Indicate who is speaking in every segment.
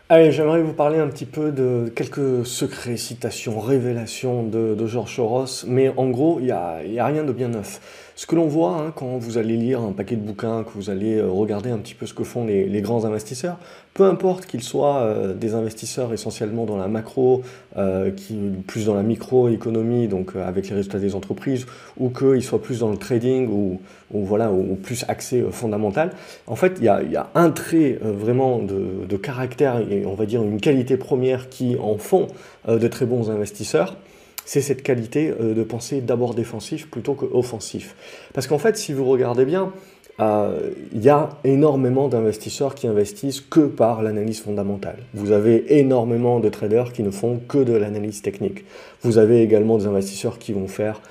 Speaker 1: Allez, j'aimerais vous parler un petit peu de quelques secrets, citations, révélations de George Soros, mais en gros, il y a rien de bien neuf. Ce que l'on voit quand vous allez lire un paquet de bouquins, que vous allez regarder un petit peu ce que font les grands investisseurs, peu importe qu'ils soient des investisseurs essentiellement dans la macro, plus dans la microéconomie, donc avec les résultats des entreprises, ou qu'ils soient plus dans le trading, ou voilà, ou plus axé fondamental. En fait, il y a un trait vraiment de caractère et on va dire une qualité première qui en font de très bons investisseurs, c'est cette qualité de penser d'abord défensif plutôt qu'offensif. Parce qu'en fait, si vous regardez bien, il y a énormément d'investisseurs qui investissent que par l'analyse fondamentale. Vous avez énormément de traders qui ne font que de l'analyse technique. Vous avez également des investisseurs qui vont faire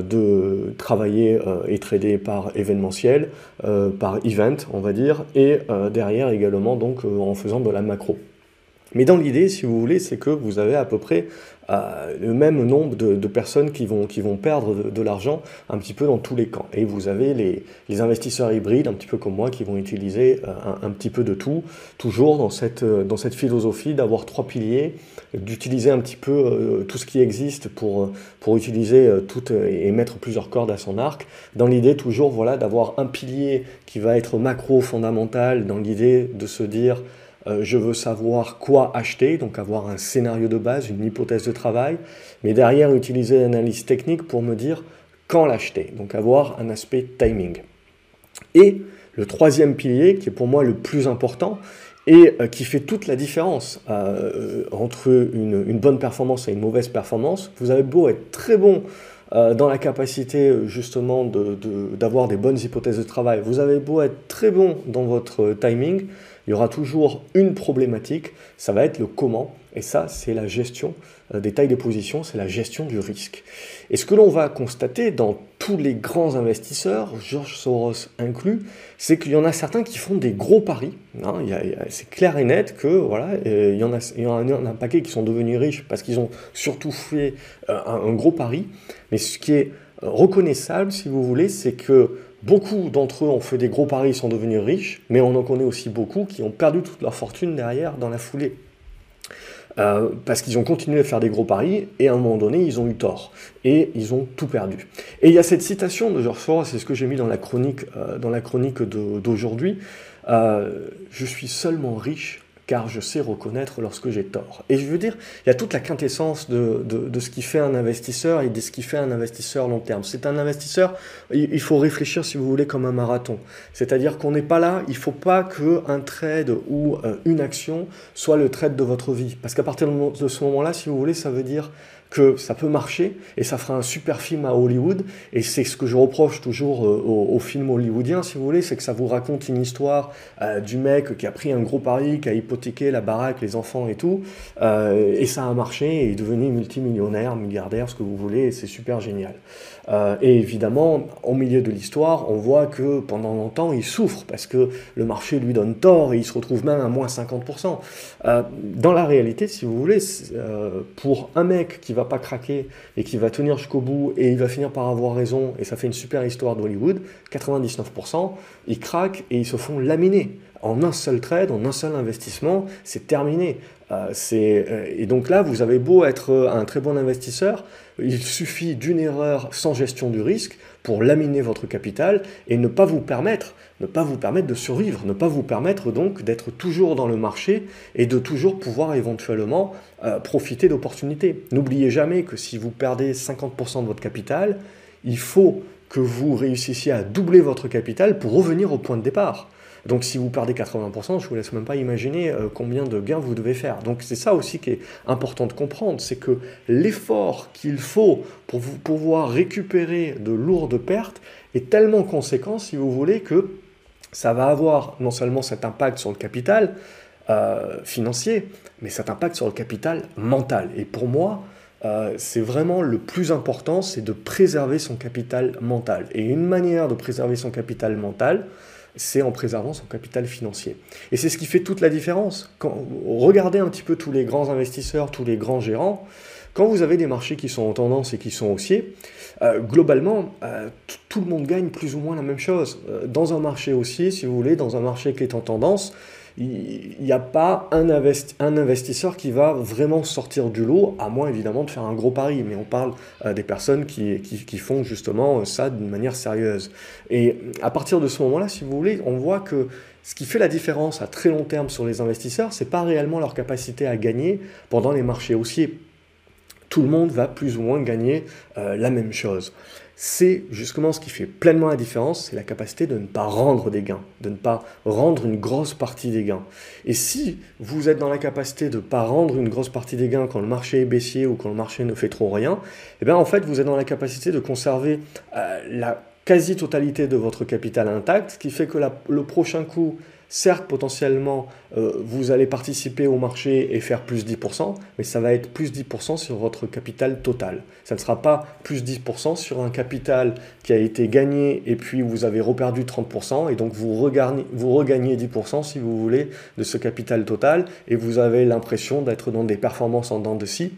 Speaker 1: de travailler et trader par événementiel, par event, on va dire, et derrière également donc en faisant de la macro. Mais dans l'idée, si vous voulez, c'est que vous avez à peu près le même nombre de personnes qui vont perdre de l'argent un petit peu dans tous les camps. Et vous avez les investisseurs hybrides, un petit peu comme moi, qui vont utiliser un petit peu de tout, toujours dans cette philosophie d'avoir trois piliers, d'utiliser un petit peu tout ce qui existe pour utiliser tout et mettre plusieurs cordes à son arc, dans l'idée toujours voilà, d'avoir un pilier qui va être macro fondamental, dans l'idée de se dire je veux savoir quoi acheter, donc avoir un scénario de base, une hypothèse de travail, mais derrière utiliser l'analyse technique pour me dire quand l'acheter, donc avoir un aspect timing. Et le troisième pilier, qui est pour moi le plus important, et qui fait toute la différence entre une bonne performance et une mauvaise performance, vous avez beau être très bon dans la capacité justement d'avoir des bonnes hypothèses de travail, vous avez beau être très bon dans votre timing, il y aura toujours une problématique, ça va être le comment, et ça c'est la gestion des tailles de position, c'est la gestion du risque. Et ce que l'on va constater dans tous les grands investisseurs, George Soros inclus, c'est qu'il y en a certains qui font des gros paris. C'est clair et net que voilà, il y en a un paquet qui sont devenus riches parce qu'ils ont surtout fait un gros pari. Mais ce qui est reconnaissable, si vous voulez, c'est que beaucoup d'entre eux ont fait des gros paris, ils sont devenus riches, mais on en connaît aussi beaucoup qui ont perdu toute leur fortune derrière dans la foulée. Parce qu'ils ont continué à faire des gros paris et à un moment donné ils ont eu tort et ils ont tout perdu. Et il y a cette citation de George Soros, c'est ce que j'ai mis dans la chronique d'aujourd'hui, je suis seulement riche car je sais reconnaître lorsque j'ai tort. Et je veux dire, il y a toute la quintessence de ce qui fait un investisseur et de ce qui fait un investisseur long terme. C'est un investisseur, il faut réfléchir si vous voulez comme un marathon. C'est-à-dire qu'on n'est pas là, il ne faut pas qu'un trade ou une action soit le trade de votre vie. Parce qu'à partir de ce moment-là, si vous voulez, ça veut dire que ça peut marcher et ça fera un super film à Hollywood. Et c'est ce que je reproche toujours aux films hollywoodiens, si vous voulez, c'est que ça vous raconte une histoire du mec qui a pris un gros pari, qui a hypothéqué la baraque, les enfants et tout, et ça a marché et est devenu multimillionnaire, milliardaire, ce que vous voulez, et c'est super génial. Et évidemment, au milieu de l'histoire, on voit que pendant longtemps, il souffre parce que le marché lui donne tort et il se retrouve même à moins 50%. Dans la réalité, si vous voulez, pour un mec qui va pas craquer et qui va tenir jusqu'au bout et il va finir par avoir raison, et ça fait une super histoire d'Hollywood, 99%, ils craquent et ils se font laminer. En un seul trade, en un seul investissement, c'est terminé. Et donc là, vous avez beau être un très bon investisseur, il suffit d'une erreur sans gestion du risque pour laminer votre capital et ne pas vous permettre de survivre, ne pas vous permettre donc d'être toujours dans le marché et de toujours pouvoir éventuellement profiter d'opportunités. N'oubliez jamais que si vous perdez 50% de votre capital, il faut que vous réussissiez à doubler votre capital pour revenir au point de départ. Donc si vous perdez 80%, je ne vous laisse même pas imaginer combien de gains vous devez faire. Donc c'est ça aussi qui est important de comprendre, c'est que l'effort qu'il faut pour vous pouvoir récupérer de lourdes pertes est tellement conséquent, si vous voulez, que ça va avoir non seulement cet impact sur le capital financier, mais cet impact sur le capital mental. Et pour moi, c'est vraiment le plus important, c'est de préserver son capital mental. Et une manière de préserver son capital mental, c'est en préservant son capital financier. Et c'est ce qui fait toute la différence. Regardez un petit peu tous les grands investisseurs, tous les grands gérants, quand vous avez des marchés qui sont en tendance et qui sont haussiers, globalement, tout le monde gagne plus ou moins la même chose. Dans un marché haussier, si vous voulez, dans un marché qui est en tendance, Il n'y a pas un investisseur qui va vraiment sortir du lot, à moins évidemment de faire un gros pari. Mais on parle des personnes qui font justement ça d'une manière sérieuse. Et à partir de ce moment-là, si vous voulez, on voit que ce qui fait la différence à très long terme sur les investisseurs, c'est pas réellement leur capacité à gagner pendant les marchés haussiers. Tout le monde va plus ou moins gagner la même chose. C'est justement ce qui fait pleinement la différence, c'est la capacité de ne pas rendre des gains, de ne pas rendre une grosse partie des gains. Et si vous êtes dans la capacité de ne pas rendre une grosse partie des gains quand le marché est baissier ou quand le marché ne fait trop rien, eh bien en fait vous êtes dans la capacité de conserver la quasi-totalité de votre capital intact, ce qui fait que le prochain coup, certes, potentiellement, vous allez participer au marché et faire plus 10%, mais ça va être plus 10% sur votre capital total. Ça ne sera pas plus 10% sur un capital qui a été gagné et puis vous avez reperdu 30%, et donc vous regagnez 10% si vous voulez de ce capital total, et vous avez l'impression d'être dans des performances en dents de scie.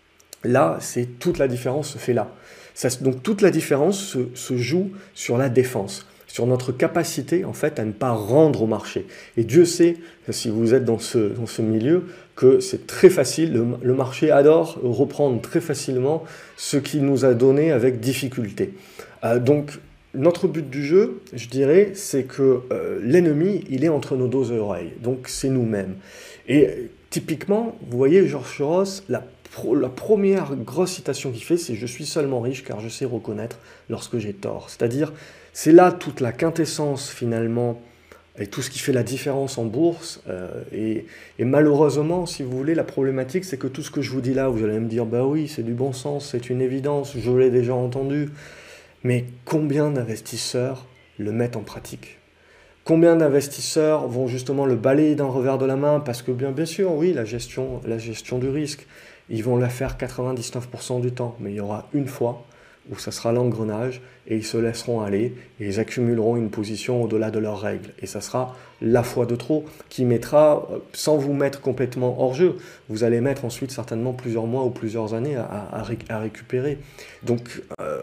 Speaker 1: Là, c'est toute la différence se fait là. Donc toute la différence se joue sur la défense, sur notre capacité en fait à ne pas rendre au marché. Et Dieu sait, si vous êtes dans ce milieu, que c'est très facile, le marché adore reprendre très facilement ce qu'il nous a donné avec difficulté. Donc notre but du jeu, je dirais, c'est que l'ennemi, il est entre nos deux oreilles, donc c'est nous-mêmes. Et typiquement, vous voyez, George Soros, la première grosse citation qu'il fait, c'est « Je suis seulement riche car je sais reconnaître lorsque j'ai tort ». C'est-à-dire, c'est là toute la quintessence finalement et tout ce qui fait la différence en bourse. Et malheureusement, si vous voulez, la problématique, c'est que tout ce que je vous dis là, vous allez me dire « Bah oui, c'est du bon sens, c'est une évidence, je l'ai déjà entendu ». Mais combien d'investisseurs le mettent en pratique ? Combien d'investisseurs vont justement le balayer d'un revers de la main parce que bien sûr, oui, la gestion du risque, ils vont la faire 99% du temps, mais il y aura une fois où ça sera l'engrenage et ils se laisseront aller et ils accumuleront une position au-delà de leurs règles. Et ça sera la fois de trop qui mettra, sans vous mettre complètement hors jeu, vous allez mettre ensuite certainement plusieurs mois ou plusieurs années à récupérer. Donc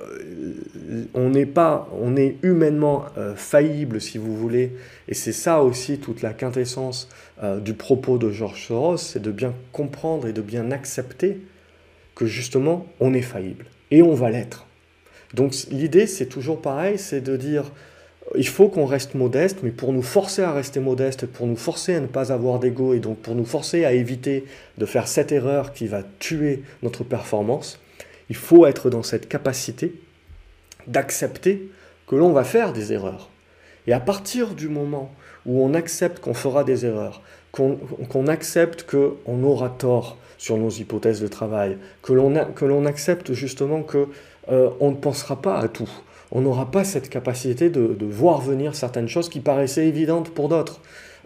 Speaker 1: on est humainement faillible si vous voulez, et c'est ça aussi toute la quintessence du propos de George Soros, c'est de bien comprendre et de bien accepter que justement on est faillible et on va l'être. Donc l'idée, c'est toujours pareil, c'est de dire, il faut qu'on reste modeste, mais pour nous forcer à rester modeste, pour nous forcer à ne pas avoir d'ego, et donc pour nous forcer à éviter de faire cette erreur qui va tuer notre performance, il faut être dans cette capacité d'accepter que l'on va faire des erreurs. Et à partir du moment où on accepte qu'on fera des erreurs, qu'on accepte qu'on aura tort sur nos hypothèses de travail, que l'on accepte justement que on ne pensera pas à tout. On n'aura pas cette capacité de voir venir certaines choses qui paraissaient évidentes pour d'autres.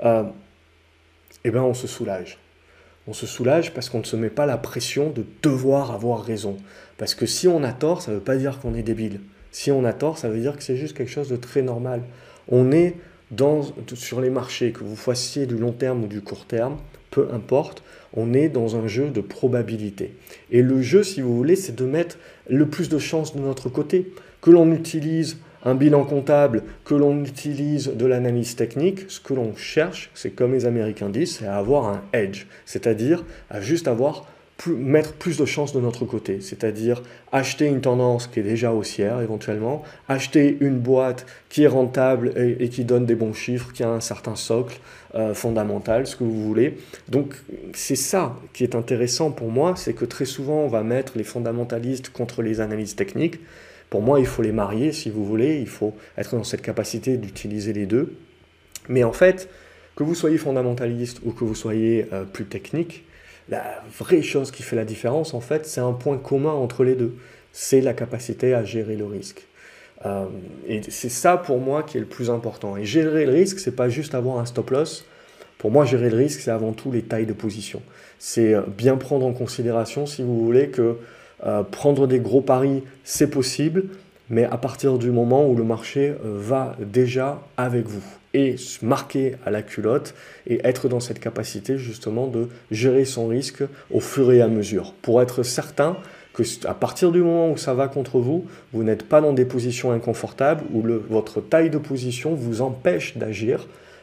Speaker 1: Eh bien, on se soulage. On se soulage parce qu'on ne se met pas la pression de devoir avoir raison. Parce que si on a tort, ça ne veut pas dire qu'on est débile. Si on a tort, ça veut dire que c'est juste quelque chose de très normal. On est sur les marchés, que vous fassiez du long terme ou du court terme, peu importe, on est dans un jeu de probabilité. Et le jeu, si vous voulez, c'est de mettre le plus de chances de notre côté. Que l'on utilise un bilan comptable, que l'on utilise de l'analyse technique, ce que l'on cherche, c'est comme les Américains disent, c'est à avoir un edge, c'est-à-dire à juste mettre plus de chances de notre côté, c'est-à-dire acheter une tendance qui est déjà haussière éventuellement, acheter une boîte qui est rentable et qui donne des bons chiffres, qui a un certain socle fondamental, ce que vous voulez. Donc c'est ça qui est intéressant pour moi, c'est que très souvent on va mettre les fondamentalistes contre les analyses techniques. Pour moi, il faut les marier si vous voulez, il faut être dans cette capacité d'utiliser les deux. Mais en fait, que vous soyez fondamentaliste ou que vous soyez plus technique, la vraie chose qui fait la différence, en fait, c'est un point commun entre les deux. C'est la capacité à gérer le risque. Et c'est ça, pour moi, qui est le plus important. Et gérer le risque, c'est pas juste avoir un stop-loss. Pour moi, gérer le risque, c'est avant tout les tailles de position. C'est bien prendre en considération, si vous voulez, que prendre des gros paris, c'est possible, mais à partir du moment où le marché va déjà avec vous et se marquer à la culotte et être dans cette capacité justement de gérer son risque au fur et à mesure pour être certain que à partir du moment où ça va contre vous, vous n'êtes pas dans des positions inconfortables où votre taille de position vous empêche d'agir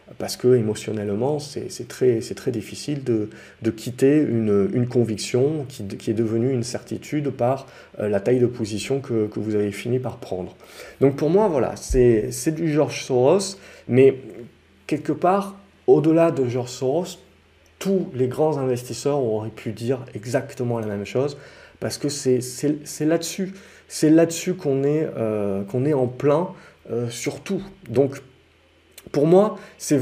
Speaker 1: parce que émotionnellement, c'est très difficile de quitter une conviction qui est devenue une certitude par la taille de position que vous avez fini par prendre. Donc pour moi, voilà, c'est du George Soros, mais quelque part, au-delà de George Soros, tous les grands investisseurs auraient pu dire exactement la même chose, parce que c'est là-dessus qu'on est en plein sur tout. Donc, pour moi,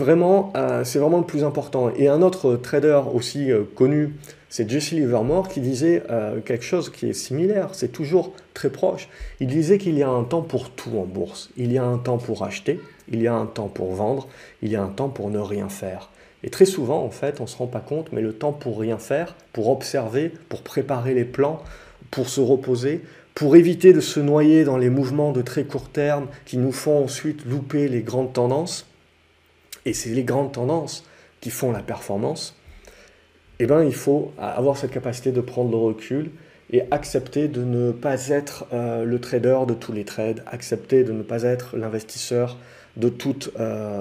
Speaker 1: c'est vraiment le plus important. Et un autre trader aussi connu, c'est Jesse Livermore, qui disait quelque chose qui est similaire, c'est toujours très proche. Il disait qu'il y a un temps pour tout en bourse. Il y a un temps pour acheter, il y a un temps pour vendre, il y a un temps pour ne rien faire. Et très souvent, en fait, on ne se rend pas compte, mais le temps pour rien faire, pour observer, pour préparer les plans, pour se reposer, pour éviter de se noyer dans les mouvements de très court terme qui nous font ensuite louper les grandes tendances, et c'est les grandes tendances qui font la performance, eh ben, il faut avoir cette capacité de prendre le recul et accepter de ne pas être le trader de tous les trades, accepter de ne pas être l'investisseur de toutes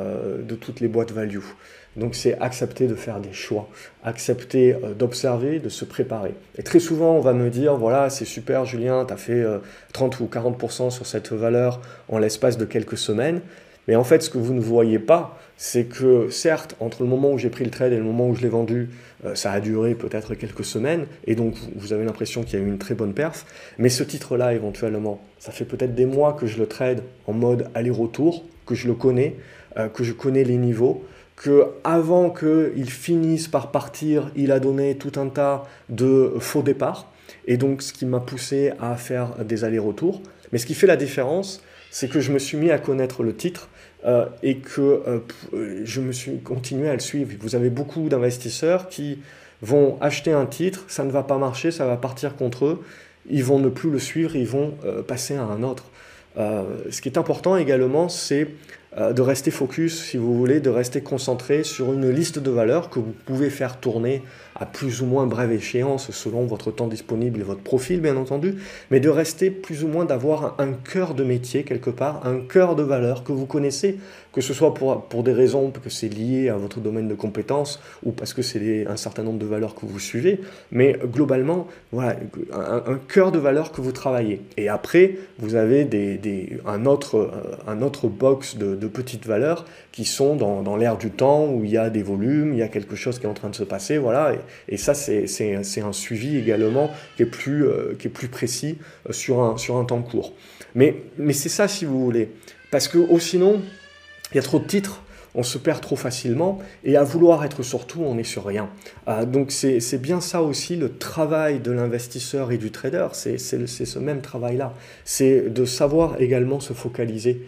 Speaker 1: les boîtes value. Donc c'est accepter de faire des choix, accepter d'observer, de se préparer. Et très souvent, on va me dire, voilà, c'est super Julien, tu as fait 30 ou 40% sur cette valeur en l'espace de quelques semaines. Mais en fait, ce que vous ne voyez pas, c'est que certes, entre le moment où j'ai pris le trade et le moment où je l'ai vendu, ça a duré peut-être quelques semaines, et donc vous avez l'impression qu'il y a eu une très bonne perf, mais ce titre-là, éventuellement, ça fait peut-être des mois que je le trade en mode aller-retour, que je le connais, que je connais les niveaux, que avant qu'il finisse par partir, il a donné tout un tas de faux départs, et donc ce qui m'a poussé à faire des allers-retours. Mais ce qui fait la différence, c'est que je me suis mis à connaître le titre et que je me suis continué à le suivre. Vous avez beaucoup d'investisseurs qui vont acheter un titre, ça ne va pas marcher, ça va partir contre eux, ils vont ne plus le suivre, ils vont passer à un autre. Ce qui est important également, c'est de rester focus, si vous voulez, de rester concentré sur une liste de valeurs que vous pouvez faire tourner à plus ou moins brève échéance selon votre temps disponible et votre profil, bien entendu, mais de rester plus ou moins d'avoir un cœur de métier quelque part, un cœur de valeur que vous connaissez, que ce soit pour des raisons que c'est lié à votre domaine de compétences ou parce que c'est un certain nombre de valeurs que vous suivez, mais globalement, voilà, un cœur de valeur que vous travaillez. Et après, vous avez un autre box de petites valeurs qui sont dans l'air du temps, où il y a des volumes, il y a quelque chose qui est en train de se passer, voilà, et ça c'est un suivi également qui est plus précis sur un temps court. Mais c'est ça si vous voulez, parce que sinon, il y a trop de titres, on se perd trop facilement, et à vouloir être sur tout, on n'est sur rien. Donc c'est bien ça aussi le travail de l'investisseur et du trader, c'est ce même travail-là, c'est de savoir également se focaliser.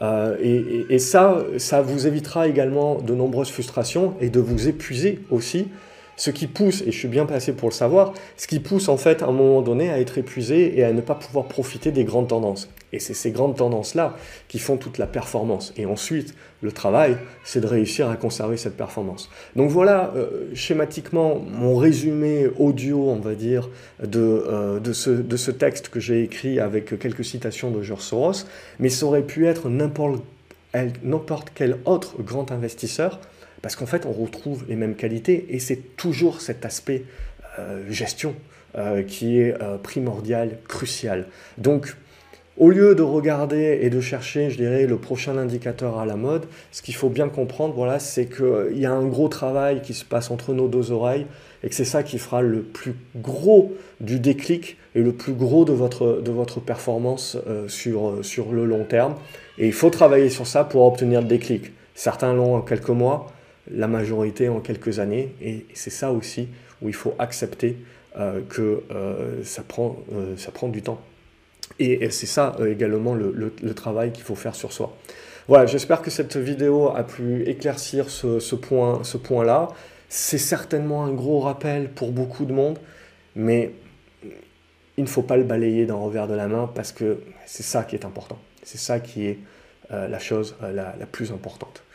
Speaker 1: Et ça vous évitera également de nombreuses frustrations et de vous épuiser aussi, ce qui pousse, et je suis bien placé pour le savoir, ce qui pousse en fait à un moment donné à être épuisé et à ne pas pouvoir profiter des grandes tendances. Et c'est ces grandes tendances-là qui font toute la performance. Et ensuite, le travail, c'est de réussir à conserver cette performance. Donc voilà, schématiquement, mon résumé audio, on va dire, de ce texte que j'ai écrit avec quelques citations de George Soros, mais ça aurait pu être n'importe quel autre grand investisseur, parce qu'en fait, on retrouve les mêmes qualités, et c'est toujours cet aspect gestion qui est primordial, crucial. Donc, au lieu de regarder et de chercher, je dirais, le prochain indicateur à la mode, ce qu'il faut bien comprendre, voilà, c'est qu'il y a un gros travail qui se passe entre nos deux oreilles, et que c'est ça qui fera le plus gros du déclic et le plus gros de votre performance sur le long terme. Et il faut travailler sur ça pour obtenir le déclic. Certains l'ont en quelques mois, la majorité en quelques années, et c'est ça aussi où il faut accepter que ça prend du temps. Et c'est ça également le travail qu'il faut faire sur soi. Voilà, j'espère que cette vidéo a pu éclaircir ce point-là. C'est certainement un gros rappel pour beaucoup de monde, mais il ne faut pas le balayer d'un revers de la main parce que c'est ça qui est important. C'est ça qui est la chose la plus importante.